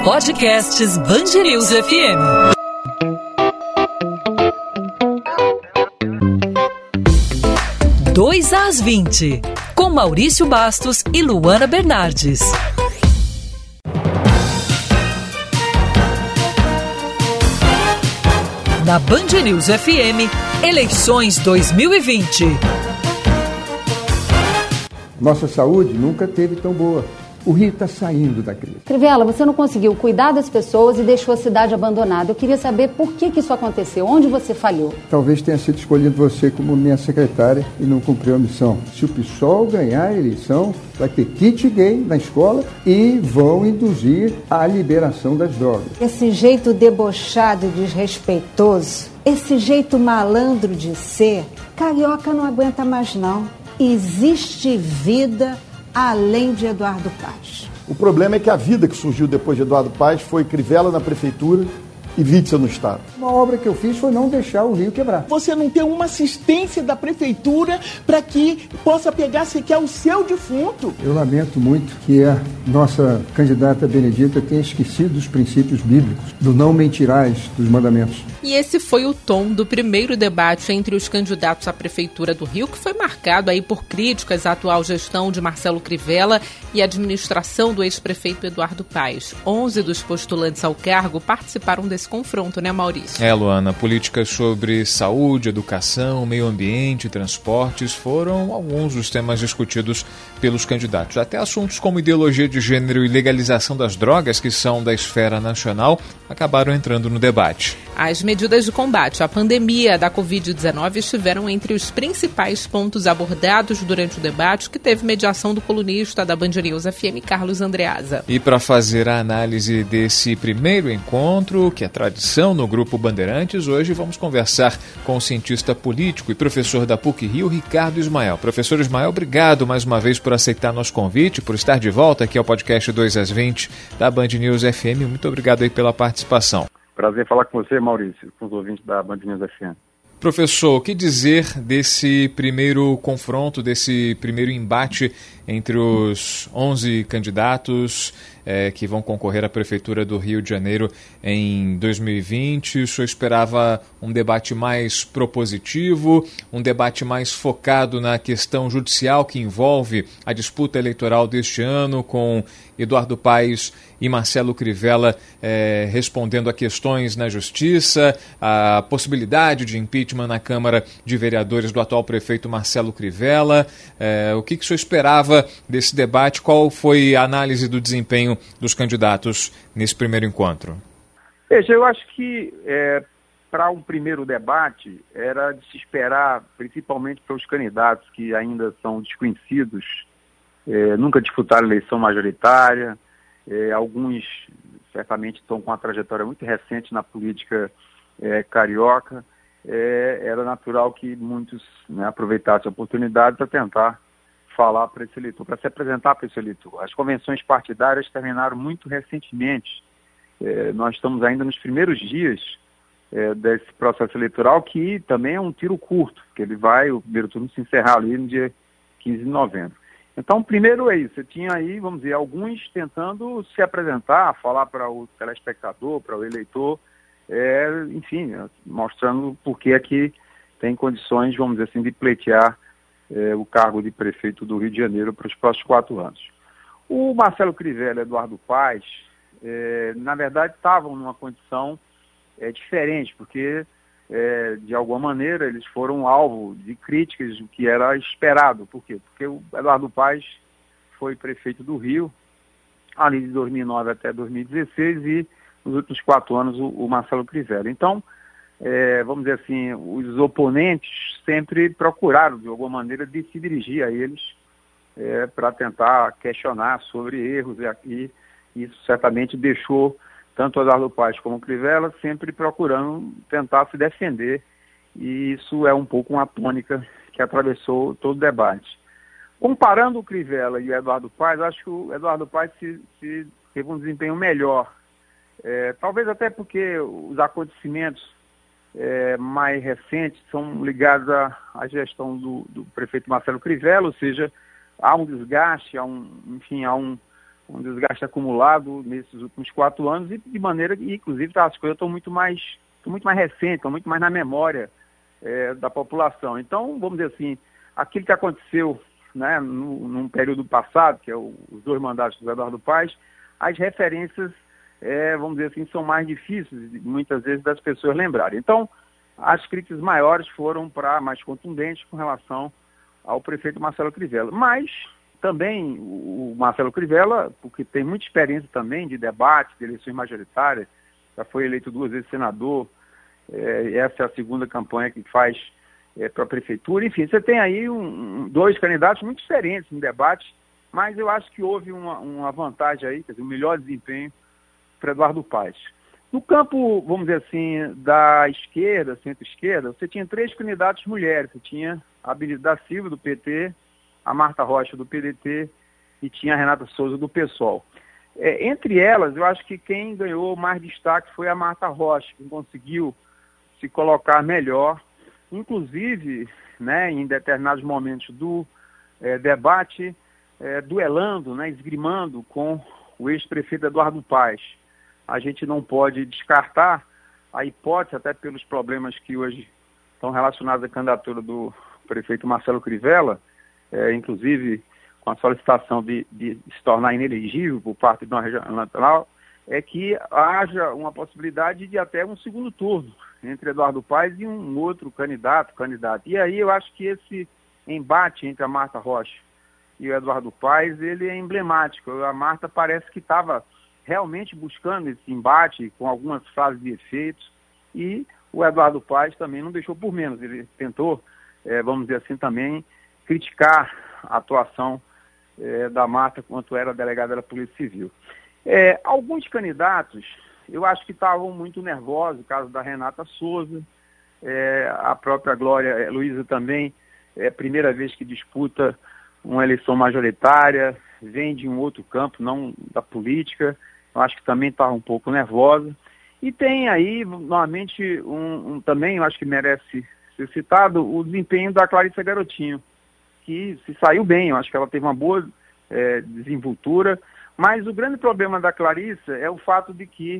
Podcasts BandNews FM. Dois às 20, com Maurício Bastos e Luana Bernardes. Na BandNews FM, eleições 2020. Nossa saúde nunca teve tão boa. O Rio está saindo da crise. Crivella, você não conseguiu cuidar das pessoas e deixou a cidade abandonada. Eu queria saber por que isso aconteceu, onde você falhou. Talvez tenha sido escolhido você como minha secretária e não cumpriu a missão. Se o PSOL ganhar a eleição, vai ter kit gay na escola e vão induzir a liberação das drogas. Esse jeito debochado e desrespeitoso, esse jeito malandro de ser, carioca não aguenta mais não. Existe vida além de Eduardo Paes. O problema é que a vida que surgiu depois de Eduardo Paes foi Crivella na prefeitura e Witzel no estado. Uma obra que eu fiz foi não deixar o Rio quebrar. Você não tem uma assistência da prefeitura para que possa pegar sequer o seu defunto. Eu lamento muito que a nossa candidata Benedita tenha esquecido os princípios bíblicos, do não mentirás, dos mandamentos. E esse foi o tom do primeiro debate entre os candidatos à Prefeitura do Rio, que foi marcado aí por críticas à atual gestão de Marcelo Crivella e à administração do ex-prefeito Eduardo Paes. 11 dos postulantes ao cargo participaram desse confronto, né, Maurício? Luana, políticas sobre saúde, educação, meio ambiente, transportes foram alguns dos temas discutidos pelos candidatos. Até assuntos como ideologia de gênero e legalização das drogas, que são da esfera nacional, acabaram entrando no debate. As medidas de combate à pandemia da Covid-19 estiveram entre os principais pontos abordados durante o debate, que teve mediação do colunista da BandNews FM, Carlos Andreasa. E para fazer a análise desse primeiro encontro, que é tradição no Grupo Bandeirantes, hoje vamos conversar com o cientista político e professor da PUC-Rio, Ricardo Ismael. Professor Ismael, obrigado mais uma vez por aceitar nosso convite, por estar de volta aqui ao podcast 2 às 20 da BandNews FM. Muito obrigado aí pela participação. Prazer falar com você, Maurício, com os ouvintes da BandNews FM. Professor, o que dizer desse primeiro confronto, desse primeiro embate entre os 11 candidatos que vão concorrer à Prefeitura do Rio de Janeiro em 2020? O senhor esperava um debate mais propositivo, um debate mais focado na questão judicial que envolve a disputa eleitoral deste ano, com Eduardo Paes e Marcelo Crivella respondendo a questões na Justiça, a possibilidade de impeachment na Câmara de Vereadores do atual prefeito Marcelo Crivella? O que o senhor esperava desse debate? Qual foi a análise do desempenho dos candidatos nesse primeiro encontro? Veja, eu acho que para um primeiro debate era de se esperar, principalmente para os candidatos que ainda são desconhecidos, nunca disputaram eleição majoritária, alguns certamente estão com uma trajetória muito recente na política carioca. Era natural que muitos aproveitassem a oportunidade para tentar falar para esse eleitor, para se apresentar para esse eleitor. As convenções partidárias terminaram muito recentemente. Nós estamos ainda nos primeiros dias desse processo eleitoral, que também é um tiro curto, porque o primeiro turno se encerrar ali no dia 15 de novembro. Então, primeiro é isso, você tinha aí, vamos dizer, alguns tentando se apresentar, falar para o telespectador, para o eleitor, enfim, mostrando por que é que tem condições, vamos dizer assim, de pleitear o cargo de prefeito do Rio de Janeiro para os próximos 4 anos. O Marcelo Crivella e Eduardo Paes, na verdade, estavam numa condição diferente, porque, de alguma maneira, eles foram alvo de críticas, o que era esperado. Por quê? Porque o Eduardo Paes foi prefeito do Rio, ali de 2009 até 2016, e nos últimos 4 anos o Marcelo Crivella. Então, vamos dizer assim, os oponentes sempre procuraram, de alguma maneira, de se dirigir a eles para tentar questionar sobre erros, e isso certamente deixou tanto o Eduardo Paes como o Crivella sempre procurando tentar se defender, e isso é um pouco uma tônica que atravessou todo o debate. Comparando o Crivella e o Eduardo Paes, acho que o Eduardo Paes teve um desempenho melhor, talvez até porque os acontecimentos mais recentes são ligados à gestão do prefeito Marcelo Crivella, ou seja, há um desgaste, há um desgaste acumulado nesses últimos 4 anos e de maneira que, inclusive, as coisas estão muito mais recentes, estão muito mais na memória da população. Então, vamos dizer assim, aquilo que aconteceu, né, num período passado, que é os 2 mandatos do Eduardo Paes, as referências, vamos dizer assim, são mais difíceis, muitas vezes, das pessoas lembrarem. Então, as críticas maiores foram mais contundentes com relação ao prefeito Marcelo Crivella. Mas também o Marcelo Crivella, porque tem muita experiência também de debate, de eleições majoritárias, já foi eleito 2 vezes senador, essa é a segunda campanha que faz para a prefeitura. Enfim, você tem aí 2 candidatos muito diferentes no debate, mas eu acho que houve uma vantagem aí, quer dizer, um melhor desempenho para Eduardo Paes. No campo, vamos dizer assim, da esquerda, centro-esquerda, você tinha 3 candidatos mulheres. Você tinha a Benedita da Silva, do PT, a Marta Rocha, do PDT, e tinha a Renata Souza, do PSOL. Entre elas, eu acho que quem ganhou mais destaque foi a Marta Rocha, que conseguiu se colocar melhor, inclusive, né, em determinados momentos do debate, duelando, né, esgrimando com o ex-prefeito Eduardo Paes. A gente não pode descartar a hipótese, até pelos problemas que hoje estão relacionados à candidatura do prefeito Marcelo Crivella, inclusive com a solicitação de se tornar inelegível por parte de uma região eleitoral, que haja uma possibilidade de até um segundo turno entre Eduardo Paes e um outro candidato. E aí eu acho que esse embate entre a Marta Rocha e o Eduardo Paes, ele é emblemático. A Marta parece que estava realmente buscando esse embate com algumas frases de efeitos, e o Eduardo Paes também não deixou por menos. Ele tentou, vamos dizer assim, também criticar a atuação da Marta quanto era delegada da Polícia Civil. Alguns candidatos, eu acho que estavam muito nervosos, o caso da Renata Souza, a própria Glória Luiza também, é a primeira vez que disputa uma eleição majoritária, vem de um outro campo, não da política. Eu acho que também estava um pouco nervosa. E tem aí, novamente, também, eu acho que merece ser citado, o desempenho da Clarissa Garotinho, que se saiu bem. Eu acho que ela teve uma boa desenvoltura, mas o grande problema da Clarissa é o fato de que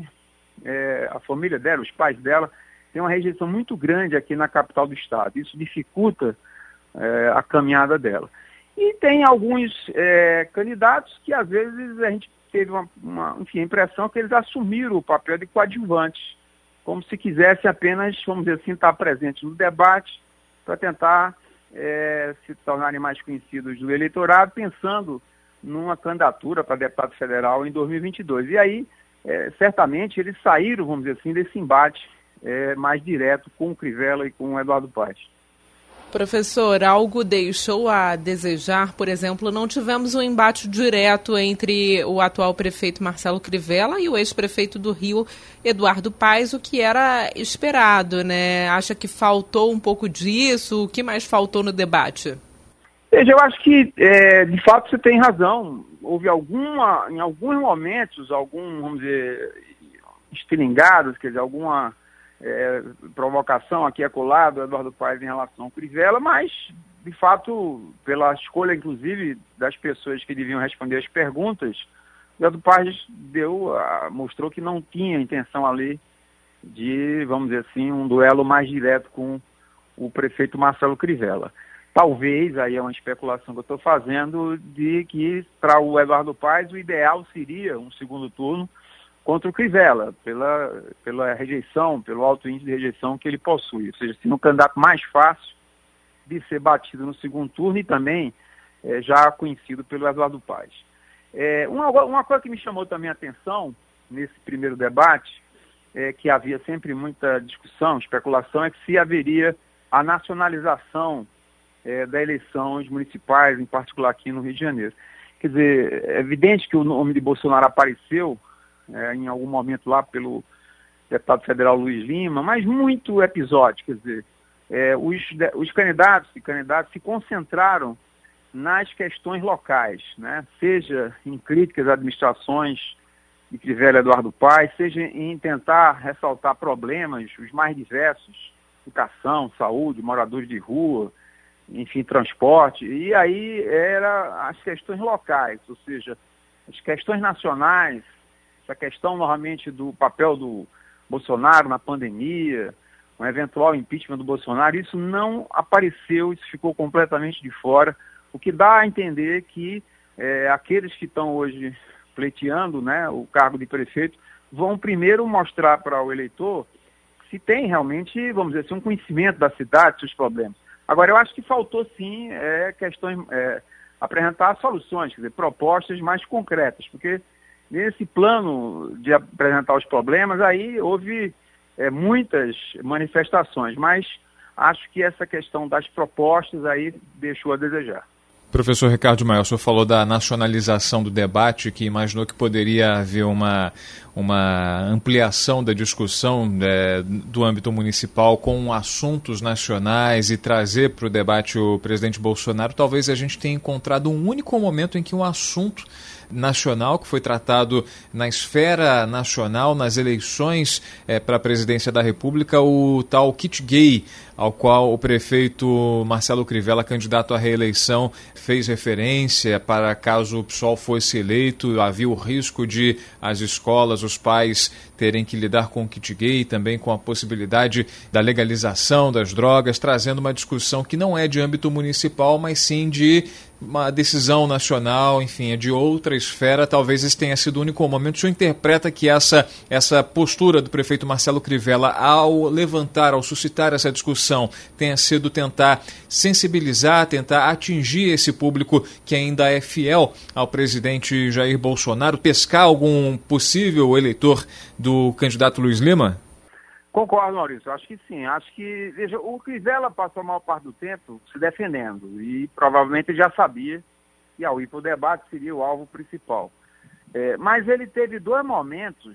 a família dela, os pais dela, tem uma rejeição muito grande aqui na capital do estado. Isso dificulta a caminhada dela. E tem alguns candidatos que, às vezes, a gente teve uma impressão que eles assumiram o papel de coadjuvantes, como se quisessem apenas, vamos dizer assim, estar presentes no debate para tentar se tornarem mais conhecidos do eleitorado, pensando numa candidatura para deputado federal em 2022. E aí, certamente, eles saíram, vamos dizer assim, desse embate mais direto com o Crivella e com o Eduardo Paes. Professor, algo deixou a desejar? Por exemplo, não tivemos um embate direto entre o atual prefeito Marcelo Crivella e o ex-prefeito do Rio, Eduardo Paes, o que era esperado, né? Acha que faltou um pouco disso? O que mais faltou no debate? Veja, eu acho que, de fato, você tem razão. Houve em alguns momentos, vamos dizer, estilingadas, quer dizer, alguma provocação aqui e acolá do Eduardo Paes em relação ao Crivella, mas, de fato, pela escolha, inclusive, das pessoas que deviam responder as perguntas, o Eduardo Paes mostrou que não tinha intenção ali de, vamos dizer assim, um duelo mais direto com o prefeito Marcelo Crivella. Talvez, aí é uma especulação que eu estou fazendo, de que para o Eduardo Paes o ideal seria um segundo turno contra o Crivella, pela rejeição, pelo alto índice de rejeição que ele possui. Ou seja, ser um candidato mais fácil de ser batido no segundo turno e também já conhecido pelo Eduardo Paes. Uma coisa que me chamou também a atenção nesse primeiro debate, que havia sempre muita discussão, especulação, é que se haveria a nacionalização das eleições municipais, em particular aqui no Rio de Janeiro. Quer dizer, é evidente que o nome de Bolsonaro apareceu em algum momento lá pelo deputado federal Luiz Lima, mas muito episódico, quer dizer, os candidatos e candidatas se concentraram nas questões locais, né? Seja em críticas às administrações de Crivella e Eduardo Paes, seja em tentar ressaltar problemas os mais diversos, educação, saúde, moradores de rua, enfim, transporte, e aí eram as questões locais, ou seja, as questões nacionais, essa questão novamente do papel do Bolsonaro na pandemia, um eventual impeachment do Bolsonaro, isso não apareceu, isso ficou completamente de fora, o que dá a entender que aqueles que estão hoje pleiteando, né, o cargo de prefeito, vão primeiro mostrar para o eleitor se tem realmente, vamos dizer assim, um conhecimento da cidade, seus problemas. Agora, eu acho que faltou sim questões, apresentar soluções, quer dizer, propostas mais concretas, porque nesse plano de apresentar os problemas, aí houve muitas manifestações, mas acho que essa questão das propostas aí deixou a desejar. Professor Ricardo Maia, o senhor falou da nacionalização do debate, que imaginou que poderia haver uma ampliação da discussão do âmbito municipal com assuntos nacionais e trazer para o debate o presidente Bolsonaro. Talvez a gente tenha encontrado um único momento em que um assunto nacional, que foi tratado na esfera nacional, nas eleições para a presidência da República, o tal kit gay, ao qual o prefeito Marcelo Crivella, candidato à reeleição, fez referência para caso o PSOL fosse eleito, havia o risco de as escolas, os pais terem que lidar com o kit gay, também com a possibilidade da legalização das drogas, trazendo uma discussão que não é de âmbito municipal, mas sim de uma decisão nacional, enfim, é de outra esfera. Talvez esse tenha sido o único momento. O senhor interpreta que essa postura do prefeito Marcelo Crivella, ao levantar, ao suscitar essa discussão, tenha sido tentar sensibilizar, tentar atingir esse público que ainda é fiel ao presidente Jair Bolsonaro, pescar algum possível eleitor do candidato Luiz Lima? Concordo, Maurício. Acho que sim. Acho que, veja, o Crivella passou a maior parte do tempo se defendendo e provavelmente já sabia que ao ir para o debate seria o alvo principal. Mas ele teve dois momentos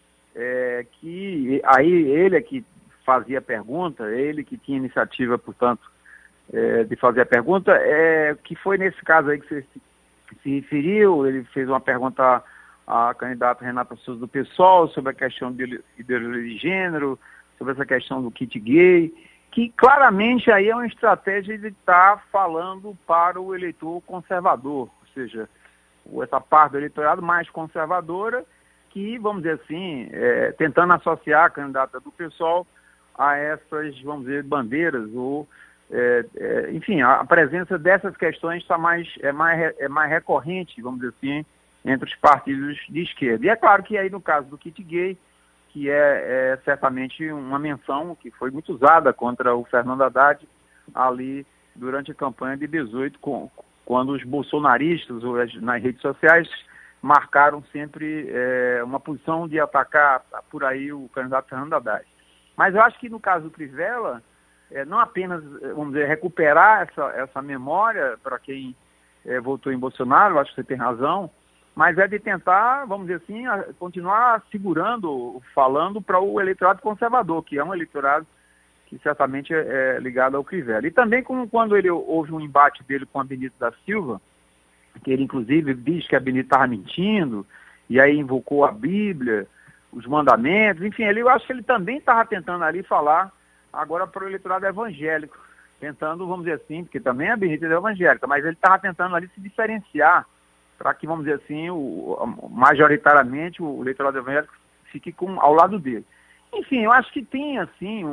que aí ele é que fazia a pergunta, ele que tinha iniciativa, portanto, de fazer a pergunta, que foi nesse caso aí que você se referiu. Ele fez uma pergunta a candidata Renata Souza do PSOL sobre a questão de ideologia de gênero, sobre essa questão do kit gay, que claramente aí é uma estratégia de estar falando para o eleitor conservador, ou seja, essa parte do eleitorado mais conservadora, que, vamos dizer assim, tentando associar a candidata do PSOL a essas, vamos dizer, bandeiras, ou, enfim, a presença dessas questões é mais recorrente, vamos dizer assim, entre os partidos de esquerda. E é claro que aí no caso do kit gay, que é certamente uma menção que foi muito usada contra o Fernando Haddad ali durante a campanha de 18, quando os bolsonaristas nas redes sociais marcaram sempre uma posição de atacar por aí o candidato Fernando Haddad. Mas eu acho que no caso do Crivella, não apenas, vamos dizer, recuperar essa memória para quem votou em Bolsonaro, eu acho que você tem razão, mas é de tentar, vamos dizer assim, continuar segurando, falando para o eleitorado conservador, que é um eleitorado que certamente é ligado ao Crivella. E também quando houve um embate dele com a Benito da Silva, que ele inclusive diz que a Benito estava mentindo, e aí invocou a Bíblia, os mandamentos, enfim, eu acho que ele também estava tentando ali falar agora para o eleitorado evangélico, tentando, vamos dizer assim, porque também a Benito é evangélica, mas ele estava tentando ali se diferenciar para que, vamos dizer assim, majoritariamente o eleitorado evangélico fique ao lado dele. Enfim, eu acho que tem, assim,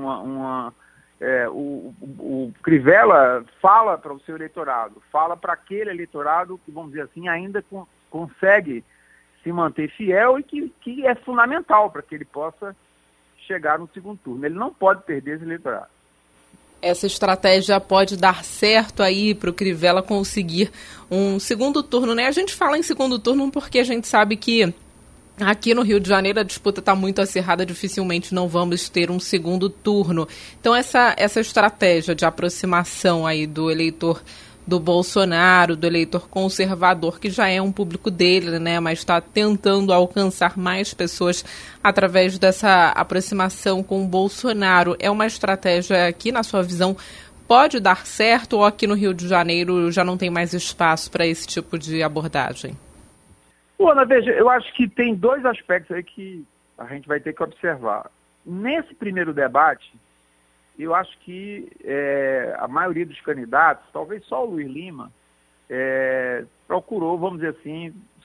o Crivella fala para o seu eleitorado, fala para aquele eleitorado que, vamos dizer assim, ainda consegue se manter fiel e que é fundamental para que ele possa chegar no segundo turno. Ele não pode perder esse eleitorado. Essa estratégia pode dar certo aí para o Crivella conseguir um segundo turno, né? A gente fala em segundo turno porque a gente sabe que aqui no Rio de Janeiro a disputa está muito acirrada, dificilmente não vamos ter um segundo turno. Então essa estratégia de aproximação aí do eleitor do Bolsonaro, do eleitor conservador, que já é um público dele, né, mas está tentando alcançar mais pessoas através dessa aproximação com o Bolsonaro. É uma estratégia que, na sua visão, pode dar certo ou aqui no Rio de Janeiro já não tem mais espaço para esse tipo de abordagem? Ana, veja, eu acho que tem dois aspectos aí que a gente vai ter que observar. Nesse primeiro debate, eu acho que a maioria dos candidatos, talvez só o Luiz Lima, procurou, vamos dizer assim,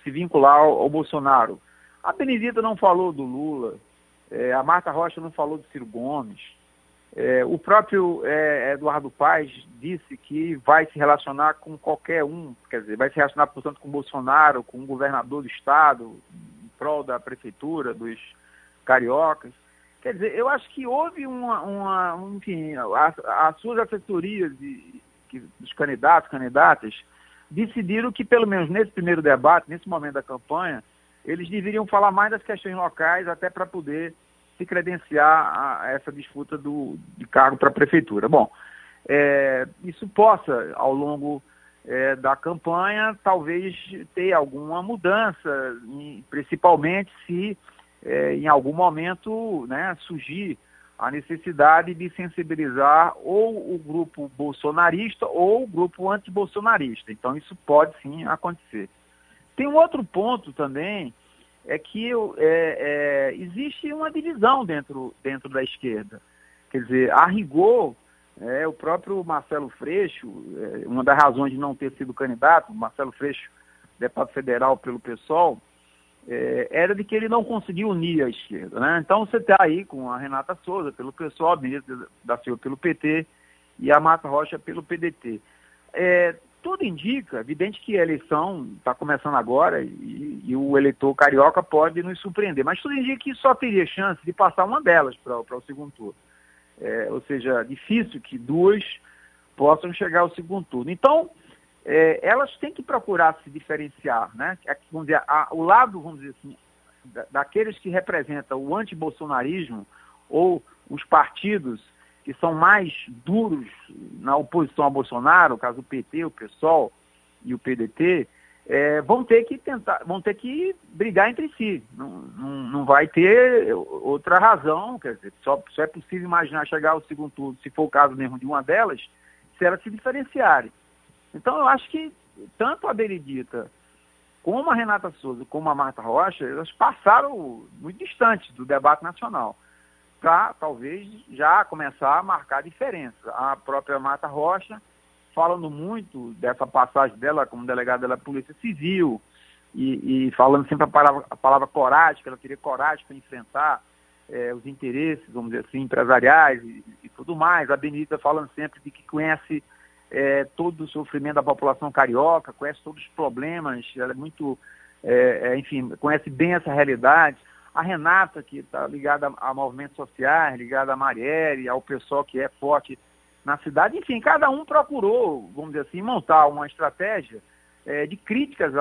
se vincular ao Bolsonaro. A Benedita não falou do Lula, a Marta Rocha não falou do Ciro Gomes, o próprio Eduardo Paes disse que vai se relacionar com qualquer um, quer dizer, vai se relacionar, portanto, com o Bolsonaro, com o governador do estado, em prol da prefeitura, dos cariocas. Quer dizer, eu acho que houve enfim, as suas assessorias dos candidatas, decidiram que, pelo menos nesse primeiro debate, nesse momento da campanha, eles deveriam falar mais das questões locais, até para poder se credenciar a essa disputa de cargo para a prefeitura. Bom, isso possa, ao longo da campanha, talvez ter alguma mudança, principalmente se em algum momento, né, surgir a necessidade de sensibilizar ou o grupo bolsonarista ou o grupo antibolsonarista. Então isso pode sim acontecer. Tem um outro ponto também, é que existe uma divisão dentro da esquerda. Quer dizer, a rigor, o próprio Marcelo Freixo, uma das razões de não ter sido candidato, Marcelo Freixo, deputado federal pelo PSOL, era de que ele não conseguiu unir a esquerda, né? Então você está aí com a Renata Souza pelo PSOL, a Benedita da Silva pelo PT e a Marta Rocha pelo PDT. Tudo indica, evidente que a eleição está começando agora e o eleitor carioca pode nos surpreender, mas tudo indica que só teria chance de passar uma delas para o segundo turno. Ou seja, difícil que duas possam chegar ao segundo turno. Então, elas têm que procurar se diferenciar, né? Vamos dizer, o lado, vamos dizer assim, daqueles que representam o antibolsonarismo ou os partidos que são mais duros na oposição ao Bolsonaro, no caso do PT, o PSOL e o PDT, vão ter que brigar entre si. Não vai ter outra razão, quer dizer, só é possível imaginar chegar ao segundo turno, se for o caso mesmo de uma delas, se elas se diferenciarem. Então eu acho que tanto a Benedita como a Renata Souza, como a Marta Rocha, elas passaram muito distantes do debate nacional, para talvez já começar a marcar a diferença. A própria Marta Rocha, falando muito dessa passagem dela como delegada da Polícia Civil e falando sempre a palavra coragem, que ela teria coragem para enfrentar os interesses, vamos dizer assim, empresariais e tudo mais. A Benedita falando sempre de que conhece todo o sofrimento da população carioca, conhece todos os problemas, ela é muito, enfim, conhece bem essa realidade. A Renata, que está ligada a movimentos sociais, ligada a Marielle, ao pessoal que é forte na cidade. Enfim, cada um procurou, vamos dizer assim, montar uma estratégia de críticas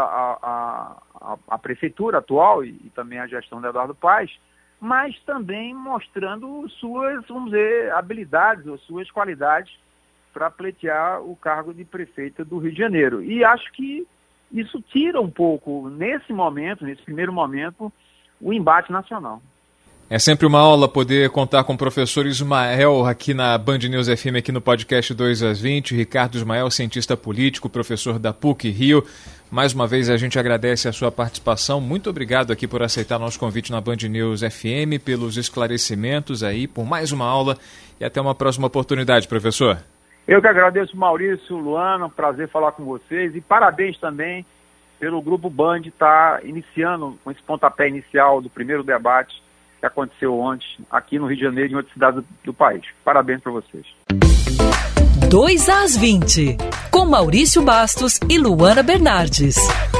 à prefeitura atual e também à gestão de Eduardo Paes, mas também mostrando suas, vamos dizer, habilidades ou suas qualidades para pleitear o cargo de prefeita do Rio de Janeiro. E acho que isso tira um pouco, nesse primeiro momento, o embate nacional. É sempre uma aula poder contar com o professor Ismael aqui na Band News FM, aqui no podcast 2 às 20. Ricardo Ismael, cientista político, professor da PUC Rio. Mais uma vez a gente agradece a sua participação. Muito obrigado aqui por aceitar nosso convite na Band News FM, pelos esclarecimentos aí, por mais uma aula e até uma próxima oportunidade, professor. Eu que agradeço, Maurício, Luana, um prazer falar com vocês e parabéns também pelo Grupo Band estar iniciando com esse pontapé inicial do primeiro debate que aconteceu ontem aqui no Rio de Janeiro e em outras cidades do país. Parabéns para vocês. 2 às 20, com Maurício Bastos e Luana Bernardes.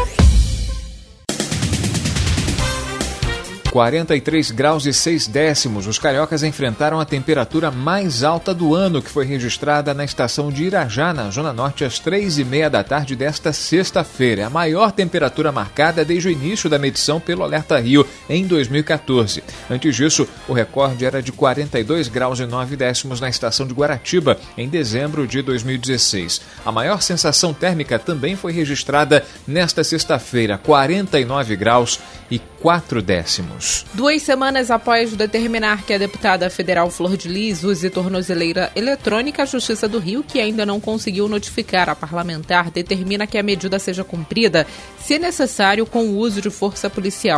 43 graus e 6 décimos. Os cariocas enfrentaram a temperatura mais alta do ano, que foi registrada na estação de Irajá, na Zona Norte, às 3h30 da tarde desta sexta-feira. A maior temperatura marcada desde o início da medição pelo Alerta Rio, em 2014. Antes disso, o recorde era de 42 graus e 9 décimos na estação de Guaratiba, em dezembro de 2016. A maior sensação térmica também foi registrada nesta sexta-feira, 49 graus e 4 décimos. 2 semanas após determinar que a deputada federal Flor de Lis use tornozeleira eletrônica, a Justiça do Rio, que ainda não conseguiu notificar a parlamentar, determina que a medida seja cumprida, se necessário, com o uso de força policial.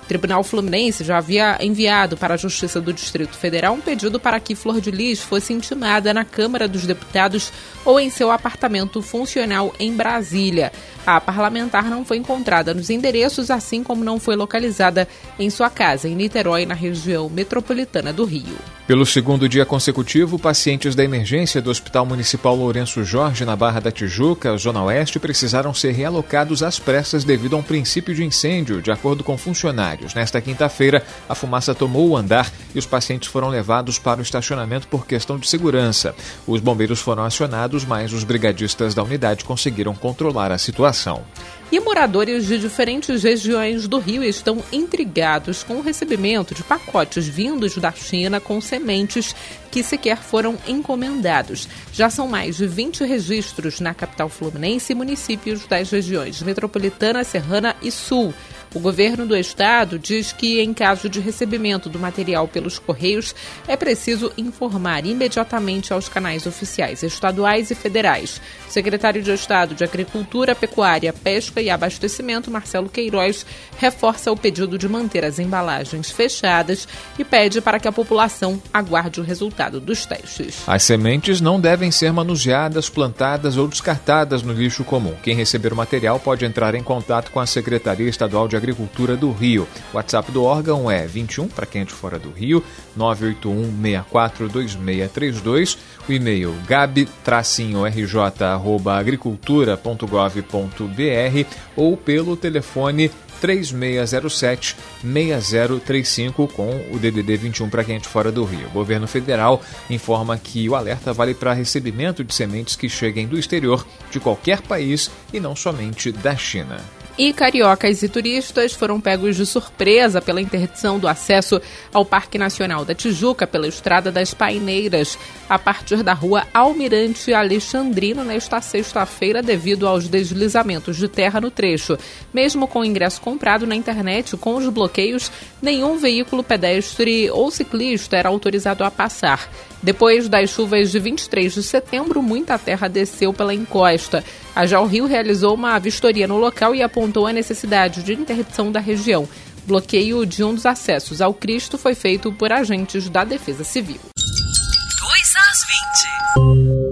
O Tribunal Fluminense já havia enviado para a Justiça do Distrito Federal um pedido para que Flor de Lis fosse intimada na Câmara dos Deputados ou em seu apartamento funcional em Brasília. A parlamentar não foi encontrada nos endereços, assim como não foi localizada em sua casa, em Niterói, na região metropolitana do Rio. Pelo segundo dia consecutivo, pacientes da emergência do Hospital Municipal Lourenço Jorge, na Barra da Tijuca, Zona Oeste, precisaram ser realocados às pressas devido a um princípio de incêndio, de acordo com funcionários. Nesta quinta-feira, a fumaça tomou o andar e os pacientes foram levados para o estacionamento por questão de segurança. Os bombeiros foram acionados, mas os brigadistas da unidade conseguiram controlar a situação. E moradores de diferentes regiões do Rio estão intrigados com o recebimento de pacotes vindos da China com sementes que sequer foram encomendados. Já são mais de 20 registros na capital fluminense e municípios das regiões metropolitana, serrana e sul. O governo do estado diz que, em caso de recebimento do material pelos Correios, é preciso informar imediatamente aos canais oficiais estaduais e federais. O secretário de Estado de Agricultura, Pecuária, Pesca e Abastecimento, Marcelo Queiroz, reforça o pedido de manter as embalagens fechadas e pede para que a população aguarde o resultado dos testes. As sementes não devem ser manuseadas, plantadas ou descartadas no lixo comum. Quem receber o material pode entrar em contato com a Secretaria Estadual de Agricultura do Rio. O WhatsApp do órgão é 21, para quem é de fora do Rio, 981-642632. O e-mail gabi-rj@agricultura.gov.br ou pelo telefone 3607-6035 com o DDD 21 para quem é de fora do Rio. O governo federal informa que o alerta vale para recebimento de sementes que cheguem do exterior de qualquer país e não somente da China. E cariocas e turistas foram pegos de surpresa pela interdição do acesso ao Parque Nacional da Tijuca pela Estrada das Paineiras, a partir da rua Almirante Alexandrino, nesta sexta-feira, devido aos deslizamentos de terra no trecho. Mesmo com o ingresso comprado na internet, com os bloqueios, nenhum veículo pedestre ou ciclista era autorizado a passar. Depois das chuvas de 23 de setembro, muita terra desceu pela encosta. A Jal Rio realizou uma vistoria no local e apontou a necessidade de interdição da região. Bloqueio de um dos acessos ao Cristo foi feito por agentes da Defesa Civil. 2 às 20.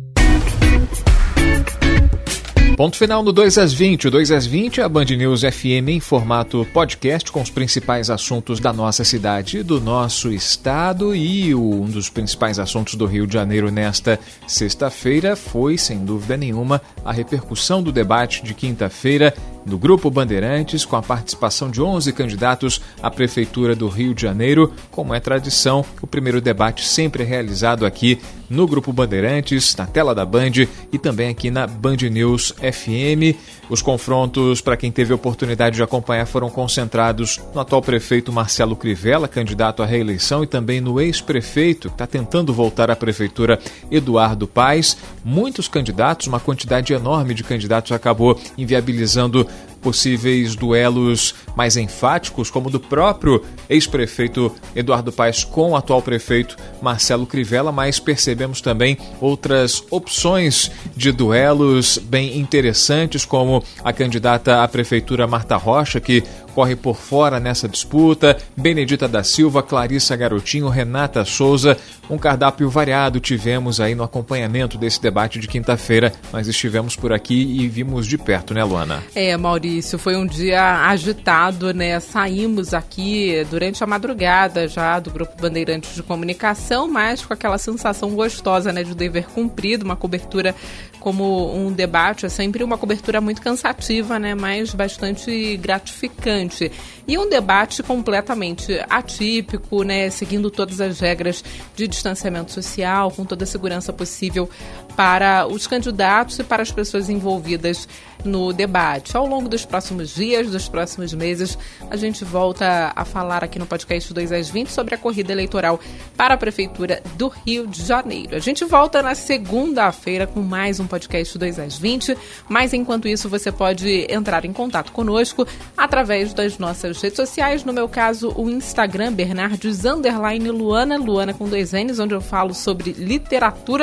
Ponto final no 2 às 20. O 2 às 20 é a Band News FM em formato podcast com os principais assuntos da nossa cidade e do nosso estado. E um dos principais assuntos do Rio de Janeiro nesta sexta-feira foi, sem dúvida nenhuma, a repercussão do debate de quinta-feira do Grupo Bandeirantes, com a participação de 11 candidatos à Prefeitura do Rio de Janeiro. Como é tradição, o primeiro debate sempre é realizado aqui no Grupo Bandeirantes, na tela da Band e também aqui na Band News FM. Os confrontos, para quem teve a oportunidade de acompanhar, foram concentrados no atual prefeito Marcelo Crivella, candidato à reeleição, e também no ex-prefeito, que está tentando voltar à prefeitura, Eduardo Paes. Muitos candidatos, uma quantidade enorme de candidatos acabou inviabilizando possíveis duelos mais enfáticos, como o do próprio ex-prefeito Eduardo Paes com o atual prefeito Marcelo Crivella, mas percebemos também outras opções de duelos bem interessantes, como a candidata à prefeitura Marta Rocha, que corre por fora nessa disputa, Benedita da Silva, Clarissa Garotinho, Renata Souza. Um cardápio variado tivemos aí no acompanhamento desse debate de quinta-feira. Nós estivemos por aqui e vimos de perto, né, Luana? Maurício, foi um dia agitado, né? Saímos aqui durante a madrugada já do Grupo Bandeirantes de Comunicação, mas com aquela sensação gostosa, né, de dever cumprido. Uma cobertura como um debate é sempre uma cobertura muito cansativa, né, mas bastante gratificante. E um debate completamente atípico, né, seguindo todas as regras de distanciamento social, com toda a segurança possível para os candidatos e para as pessoas envolvidas no debate. Ao longo dos próximos dias, dos próximos meses, a gente volta a falar aqui no podcast 2 às 20 sobre a corrida eleitoral para a Prefeitura do Rio de Janeiro. A gente volta na segunda-feira com mais um podcast 2 às 20, mas enquanto isso você pode entrar em contato conosco através das nossas redes sociais, no meu caso o Instagram, Bernardes_Luana, Luana com 2 N's, onde eu falo sobre literatura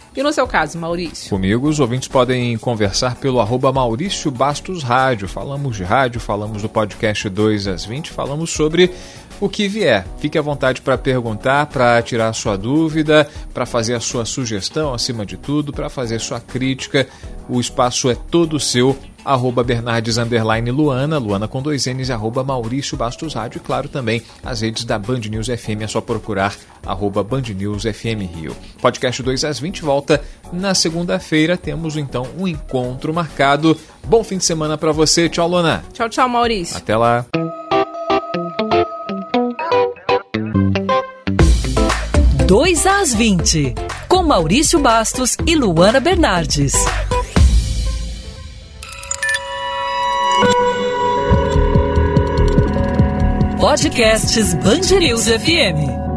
E no seu caso, Maurício? Comigo, os ouvintes podem conversar pelo @MaurícioBastosRádio. Falamos de rádio, falamos do podcast 2 às 20, falamos sobre o que vier. Fique à vontade para perguntar, para tirar a sua dúvida, para fazer a sua sugestão, acima de tudo, para fazer sua crítica. O espaço é todo seu. @Bernardes_Luana, Luana com 2 N's, @MaurícioBastosRádio. E claro, também as redes da Band News FM, é só procurar @BandNewsFMRio. Podcast 2 às 20 volta na segunda-feira. Temos então um encontro marcado. Bom fim de semana para você. Tchau, Luana. Tchau, tchau, Maurício. Até lá. 2 às 20, com Maurício Bastos e Luana Bernardes. Podcasts Band News FM.